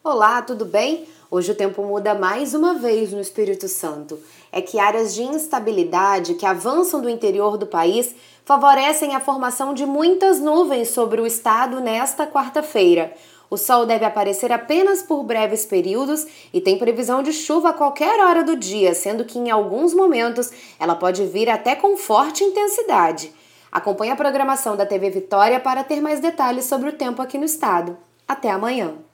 Olá, tudo bem? Hoje o tempo muda mais uma vez no Espírito Santo. É que áreas de instabilidade que avançam do interior do país favorecem a formação de muitas nuvens sobre o estado nesta quarta-feira. O sol deve aparecer apenas por breves períodos e tem previsão de chuva a qualquer hora do dia, sendo que em alguns momentos ela pode vir até com forte intensidade. Acompanhe a programação da TV Vitória para ter mais detalhes sobre o tempo aqui no estado. Até amanhã!